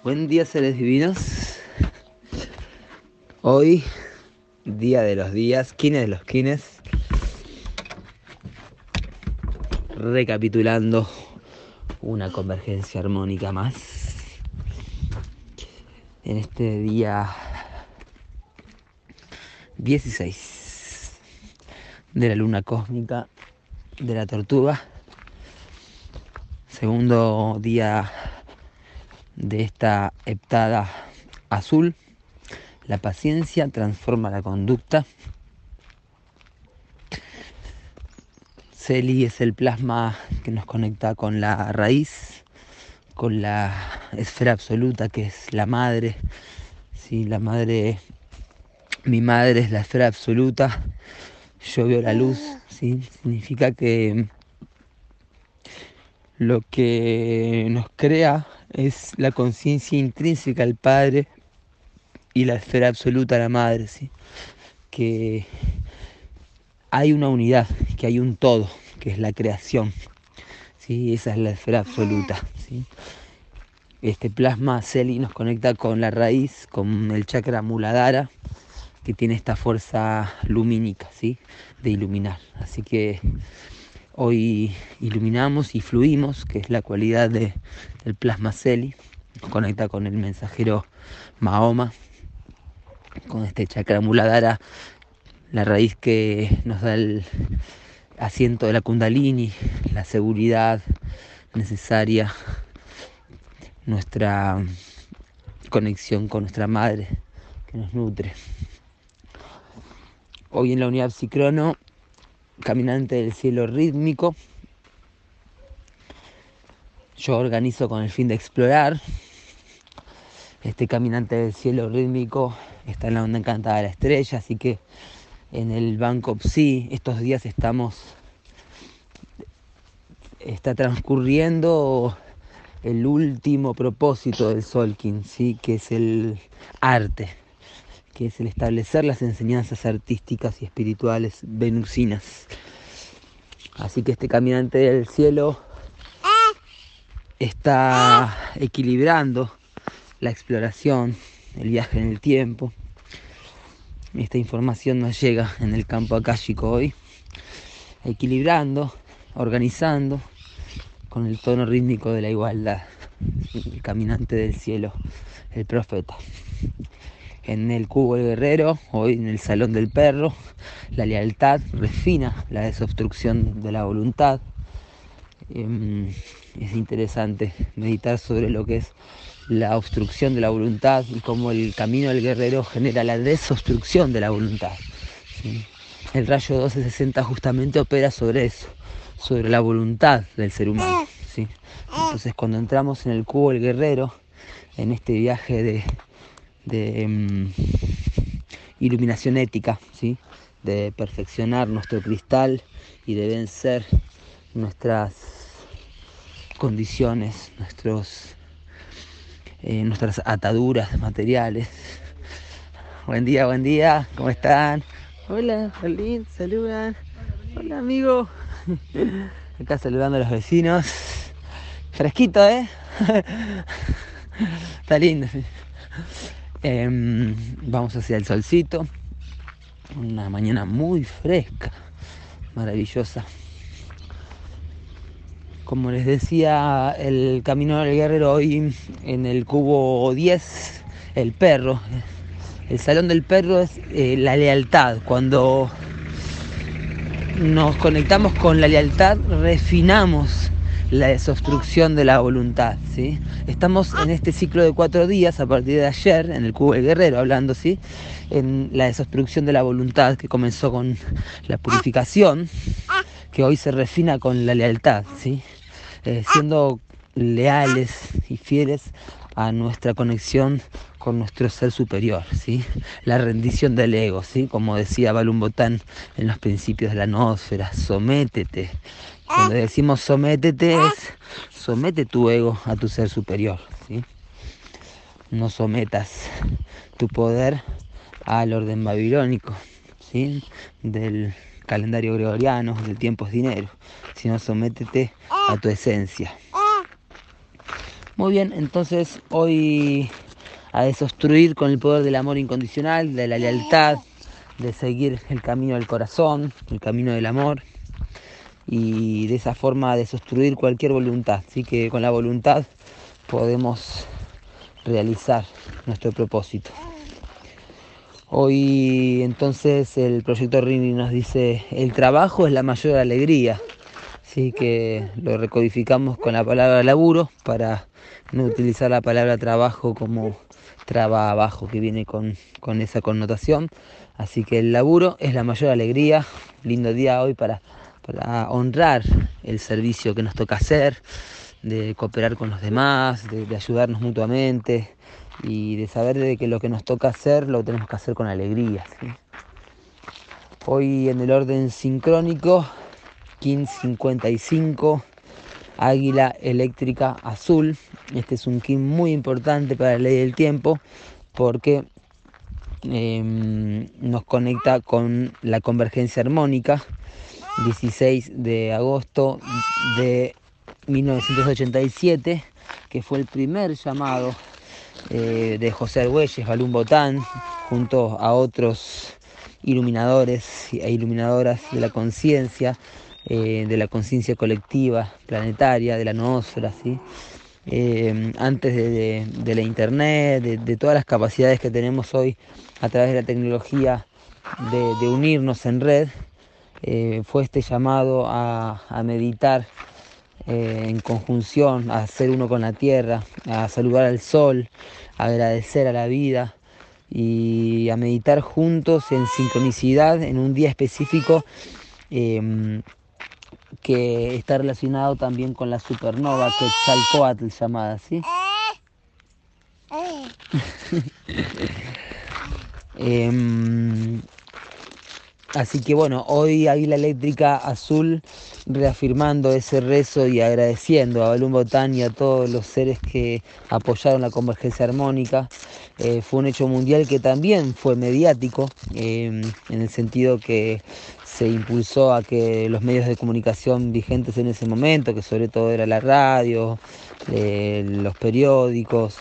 Buen día, seres divinos. Hoy, día de los días, quines de los quines. Recapitulando una convergencia armónica más. En este día 16 de la luna cósmica de la tortuga. Segundo día de esta heptada azul. La paciencia transforma la conducta. Celi es el plasma que nos conecta con la raíz, con la esfera absoluta que es la madre. Sí, la madre, mi madre es la esfera absoluta. Yo veo la luz, ¿sí? Significa que lo que nos crea es la conciencia intrínseca al Padre y la esfera absoluta a la Madre, ¿sí? Que hay una unidad, que hay un todo, que es la creación, ¿sí? Esa es la esfera absoluta, ¿sí? Este plasma Celi nos conecta con la raíz, con el chakra Muladhara, que tiene esta fuerza lumínica, ¿sí? De iluminar. Así que hoy iluminamos y fluimos, que es la cualidad del plasma Celi. Nos conecta con el mensajero Mahoma, con este chakra Muladhara, la raíz que nos da el asiento de la Kundalini, la seguridad necesaria, nuestra conexión con nuestra madre que nos nutre. Hoy en la unidad psicrono, caminante del cielo rítmico, yo organizo con el fin de explorar. Este caminante del cielo rítmico está en la onda encantada de la estrella, así que en el banco Psi estos días está transcurriendo el último propósito del Solkin, ¿sí? Que es el arte, que es el establecer las enseñanzas artísticas y espirituales venusinas. Así que este caminante del cielo está equilibrando la exploración, el viaje en el tiempo. Esta información nos llega en el campo akáshico hoy, equilibrando, organizando con el tono rítmico de la igualdad. El caminante del cielo, el profeta. En el cubo del guerrero, hoy en el salón del perro, la lealtad refina la desobstrucción de la voluntad. Es interesante meditar sobre lo que es la obstrucción de la voluntad y cómo el camino del guerrero genera la desobstrucción de la voluntad, ¿sí? El rayo 1260 justamente opera sobre eso, sobre la voluntad del ser humano, ¿sí? Entonces cuando entramos en el cubo del guerrero, en este viaje de iluminación ética, ¿sí? De perfeccionar nuestro cristal y de vencer nuestras condiciones, nuestras ataduras materiales. Buen día, ¿cómo están? Hola, Berlín, saludan. Hola, amigo. Acá saludando a los vecinos. Fresquito, ¿eh? Está lindo. Vamos hacia el solcito. Una mañana muy fresca, maravillosa. Como les decía, el camino del guerrero hoy en el cubo 10, el perro. El salón del perro es la lealtad. Cuando nos conectamos con la lealtad, refinamos la desobstrucción de la voluntad, ¿sí? Estamos en este ciclo de 4 días, a partir de ayer, en el cubo del guerrero, hablando, ¿sí? En la desobstrucción de la voluntad, que comenzó con la purificación, que hoy se refina con la lealtad, ¿sí? Siendo leales y fieles a nuestra conexión con nuestro ser superior, ¿sí? La rendición del ego, ¿sí? Como decía Balum Botán en los principios de la noósfera, sométete. Cuando decimos sométete es somete tu ego a tu ser superior, ¿sí? No sometas tu poder al orden babilónico, ¿sí? Del calendario gregoriano, del tiempo es dinero, sino sométete a tu esencia. Muy bien, entonces hoy a desobstruir con el poder del amor incondicional, de la lealtad, de seguir el camino del corazón, el camino del amor, y de esa forma desobstruir cualquier voluntad. Así que con la voluntad podemos realizar nuestro propósito. Hoy entonces el proyecto Rini nos dice: el trabajo es la mayor alegría. Así que lo recodificamos con la palabra laburo para no utilizar la palabra trabajo como trabajo, que viene con esa connotación. Así que el laburo es la mayor alegría. Lindo día hoy para honrar el servicio que nos toca hacer, de cooperar con los demás, de ayudarnos mutuamente y de saber de que lo que nos toca hacer lo tenemos que hacer con alegría, ¿sí? Hoy en el orden sincrónico, KIN 55, Águila Eléctrica Azul. Este es un KIN muy importante para la ley del tiempo porque nos conecta con la convergencia armónica. 16 de agosto de 1987, que fue el primer llamado de José Argüelles, Balún Botán, junto a otros iluminadores e iluminadoras de la conciencia colectiva planetaria, de la noósfera, ¿sí? Antes de la internet, de todas las capacidades que tenemos hoy a través de la tecnología de unirnos en red, fue este llamado a meditar en conjunción, a ser uno con la tierra, a saludar al sol, a agradecer a la vida y a meditar juntos en sincronicidad en un día específico que está relacionado también con la supernova Quetzalcóatl llamada, ¿sí? Así que bueno, hoy Águila Eléctrica Azul, reafirmando ese rezo y agradeciendo a Balún Botán y a todos los seres que apoyaron la convergencia armónica. Fue un hecho mundial que también fue mediático, en el sentido que se impulsó a que los medios de comunicación vigentes en ese momento, que sobre todo era la radio, los periódicos,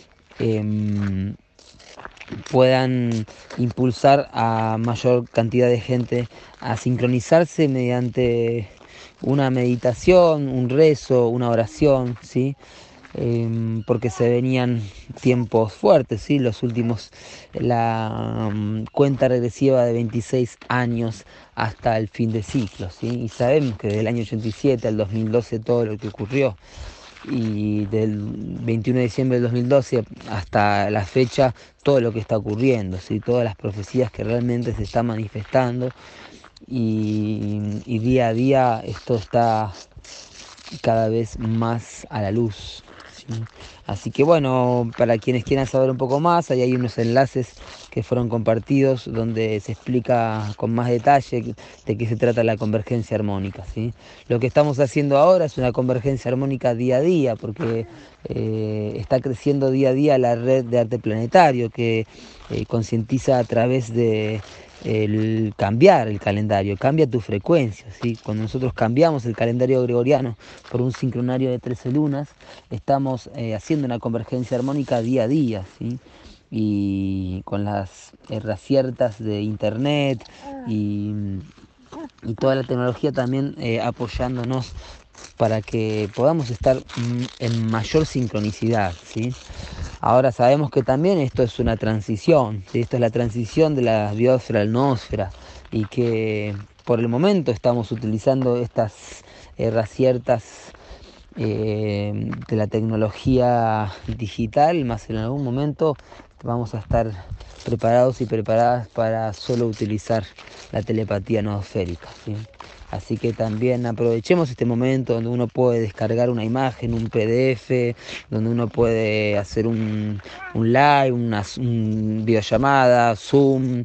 puedan impulsar a mayor cantidad de gente a sincronizarse mediante una meditación, un rezo, una oración, ¿sí? Porque se venían tiempos fuertes, ¿sí? Los últimos, la cuenta regresiva de 26 años hasta el fin de ciclo, ¿sí? Y sabemos que del año 87 al 2012 todo lo que ocurrió, y del 21 de diciembre del 2012 hasta la fecha todo lo que está ocurriendo, ¿sí? Todas las profecías que realmente se están manifestando, y día a día esto está cada vez más a la luz, ¿sí? Así que bueno, para quienes quieran saber un poco más, ahí hay unos enlaces que fueron compartidos donde se explica con más detalle de qué se trata la convergencia armónica, ¿sí? Lo que estamos haciendo ahora es una convergencia armónica día a día, porque está creciendo día a día la red de arte planetario que concientiza a través de el cambiar el calendario, cambia tu frecuencia, ¿sí? Cuando nosotros cambiamos el calendario gregoriano por un sincronario de 13 lunas, estamos haciendo una convergencia armónica día a día, ¿sí? Y con las herramientas de internet y toda la tecnología también apoyándonos para que podamos estar en mayor sincronicidad, ¿sí? Ahora sabemos que también esto es una transición, ¿sí? Esto es la transición de la biosfera a la noósfera, y que por el momento estamos utilizando estas herramientas de la tecnología digital, más en algún momento vamos a estar preparados y preparadas para solo utilizar la telepatía noosférica, ¿sí? Así que también aprovechemos este momento donde uno puede descargar una imagen, un PDF, donde uno puede hacer un live, una videollamada, Zoom,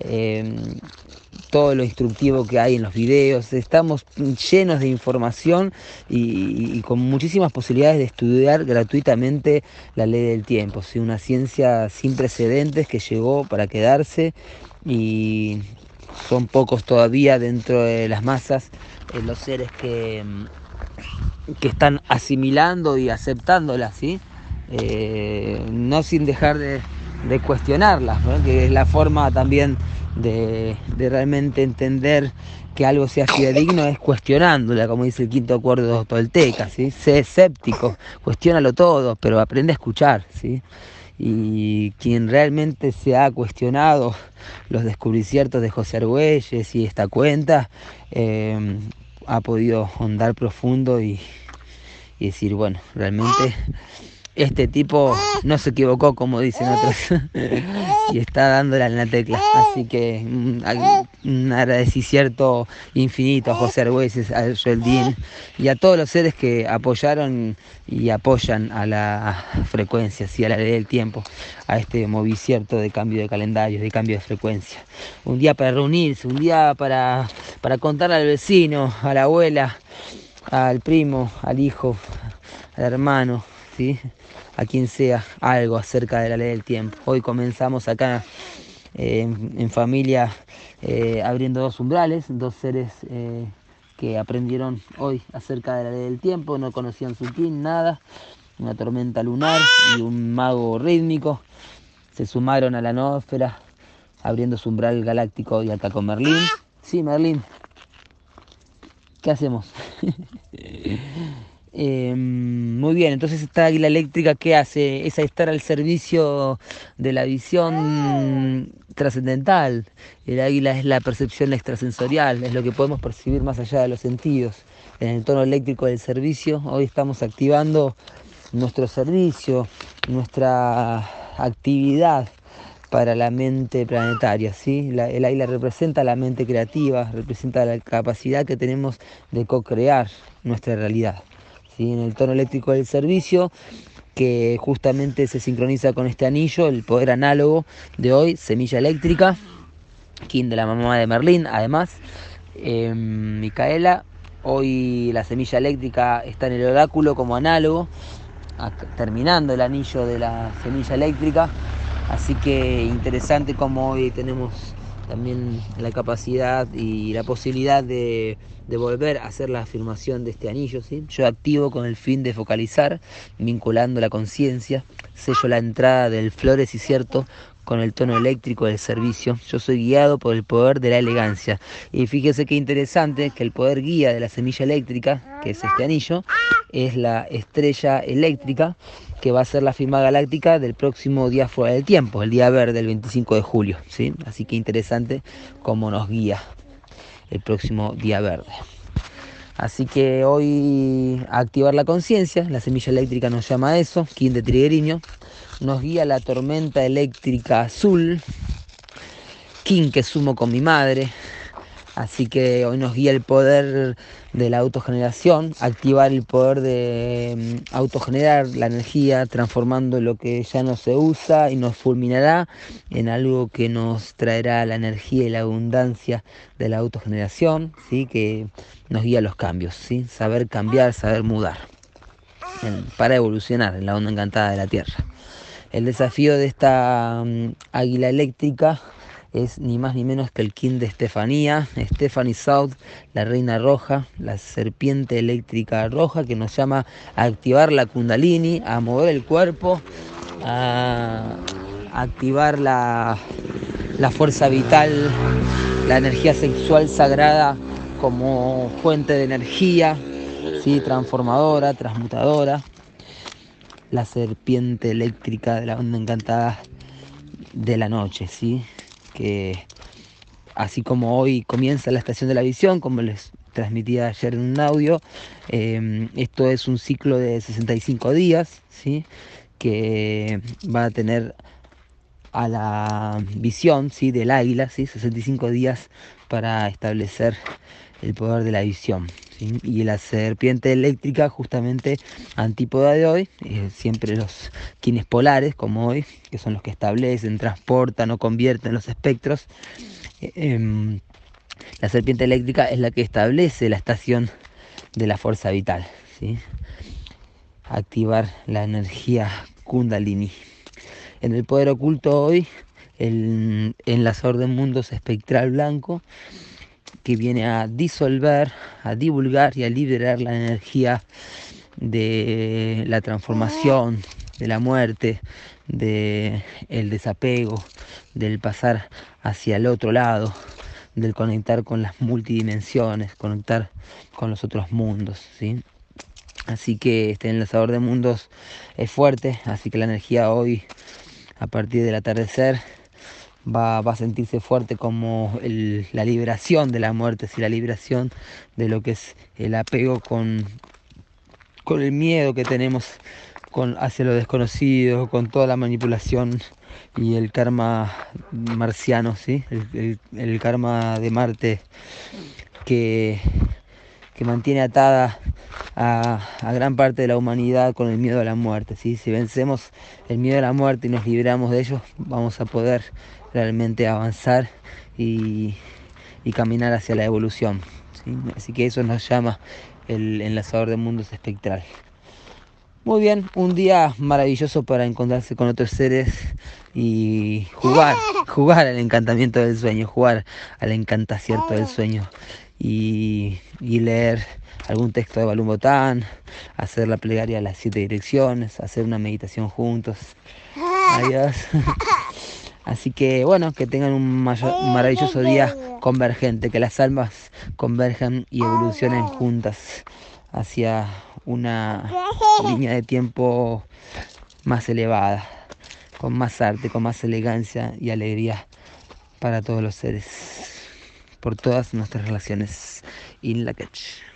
todo lo instructivo que hay en los videos. Estamos llenos de información y con muchísimas posibilidades de estudiar gratuitamente la ley del tiempo, ¿sí? Una ciencia sin precedentes que llegó para quedarse, y son pocos todavía dentro de las masas los seres que están asimilando y aceptándolas, ¿sí? No sin dejar de cuestionarlas, ¿no? Que es la forma también de realmente entender que algo sea fidedigno, es cuestionándola, como dice el quinto acuerdo tolteca, ¿sí? Sé escéptico, cuestiónalo todo, pero aprende a escuchar, ¿sí? Y quien realmente se ha cuestionado los descubrimientos de José Argüelles y esta cuenta, ha podido ahondar profundo y decir, bueno, realmente este tipo no se equivocó, como dicen otros, y está dándole en la tecla. Así que un agradecimiento infinito a José Argüelles, a Geraldine y a todos los seres que apoyaron y apoyan a la frecuencia, ¿sí? A la ley del tiempo, a este movimiento de cambio de calendarios, de cambio de frecuencia. Un día para reunirse, un día para contarle al vecino, a la abuela, al primo, al hijo, al hermano, ¿sí? A quien sea, algo acerca de la ley del tiempo. Hoy comenzamos acá en familia, abriendo 2 umbrales, 2 seres que aprendieron hoy acerca de la ley del tiempo, no conocían su kin, nada, una tormenta lunar y un mago rítmico. Se sumaron a la noósfera, abriendo su umbral galáctico y acá con Merlín. Sí, Merlín, ¿qué hacemos? Muy bien, entonces esta águila eléctrica, ¿qué hace? Es estar al servicio de la visión trascendental. El águila es la percepción extrasensorial, es lo que podemos percibir más allá de los sentidos. En el tono eléctrico del servicio, hoy estamos activando nuestro servicio, nuestra actividad para la mente planetaria, ¿sí? El águila representa la mente creativa, representa la capacidad que tenemos de co-crear nuestra realidad, ¿sí? En el tono eléctrico del servicio, que justamente se sincroniza con este anillo, el poder análogo de hoy, semilla eléctrica, kin de la mamá de Merlín, además, Micaela. Hoy la semilla eléctrica está en el oráculo como análogo, terminando el anillo de la semilla eléctrica. Así que interesante como hoy tenemos también la capacidad y la posibilidad de volver a hacer la afirmación de este anillo, ¿sí? Yo activo con el fin de focalizar, vinculando la conciencia, sello la entrada del flores y cierto con el tono eléctrico del servicio. Yo soy guiado por el poder de la elegancia. Y fíjese qué interesante que el poder guía de la semilla eléctrica, que es este anillo, es la estrella eléctrica, que va a ser la firma galáctica del próximo día fuera del tiempo, el día verde, el 25 de julio, ¿sí? Así que interesante cómo nos guía el próximo día verde. Así que hoy a activar la conciencia, la semilla eléctrica nos llama a eso, kin de Trigueriño, nos guía la tormenta eléctrica azul, kin que sumo con mi madre. Así que hoy nos guía el poder de la autogeneración, activar el poder de autogenerar la energía, transformando lo que ya no se usa y nos fulminará en algo que nos traerá la energía y la abundancia de la autogeneración, ¿sí? Que nos guía a los cambios, ¿sí? Saber cambiar, saber mudar, para evolucionar en la onda encantada de la Tierra. El desafío de esta águila eléctrica es ni más ni menos que el kin de Estefanía, Stephanie South, la reina roja, la serpiente eléctrica roja, que nos llama a activar la kundalini, a mover el cuerpo, a activar la fuerza vital, la energía sexual sagrada como fuente de energía, ¿sí? Transformadora, transmutadora. La serpiente eléctrica de la onda encantada de la noche, ¿sí? Que así como hoy comienza la estación de la visión, como les transmití ayer en un audio, esto es un ciclo de 65 días, ¿sí? Que va a tener a la visión, ¿sí? Del águila, ¿sí? 65 días para establecer el poder de la visión, ¿sí? Y la serpiente eléctrica, justamente antípoda de hoy, siempre los quines polares, como hoy, que son los que establecen, transportan o convierten los espectros. La serpiente eléctrica es la que establece la estación de la fuerza vital, ¿sí? Activar la energía kundalini. En el poder oculto hoy, el enlazador de mundos espectral blanco, que viene a disolver, a divulgar y a liberar la energía de la transformación, de la muerte, de el desapego, del pasar hacia el otro lado, del conectar con las multidimensiones, conectar con los otros mundos, ¿sí? Así que este enlazador de mundos es fuerte, así que la energía hoy, a partir del atardecer, va a sentirse fuerte como la liberación de la muerte, ¿sí? La liberación de lo que es el apego con el miedo que tenemos hacia lo desconocido, con toda la manipulación y el karma marciano, ¿sí? El karma de Marte que mantiene atada a gran parte de la humanidad con el miedo a la muerte, ¿sí? Si vencemos el miedo a la muerte y nos liberamos de ello, vamos a poder realmente avanzar y caminar hacia la evolución, ¿sí? Así que eso nos llama el enlazador de mundos espectral. Muy bien, un día maravilloso para encontrarse con otros seres y jugar al encantamiento del sueño, jugar al encantacierto del sueño y leer algún texto de Balún Botán, hacer la plegaria a las 7 direcciones, hacer una meditación juntos. Adiós. Así que bueno, que tengan un maravilloso día convergente, que las almas converjan y evolucionen juntas hacia una línea de tiempo más elevada, con más arte, con más elegancia y alegría para todos los seres, por todas nuestras relaciones. In la catch.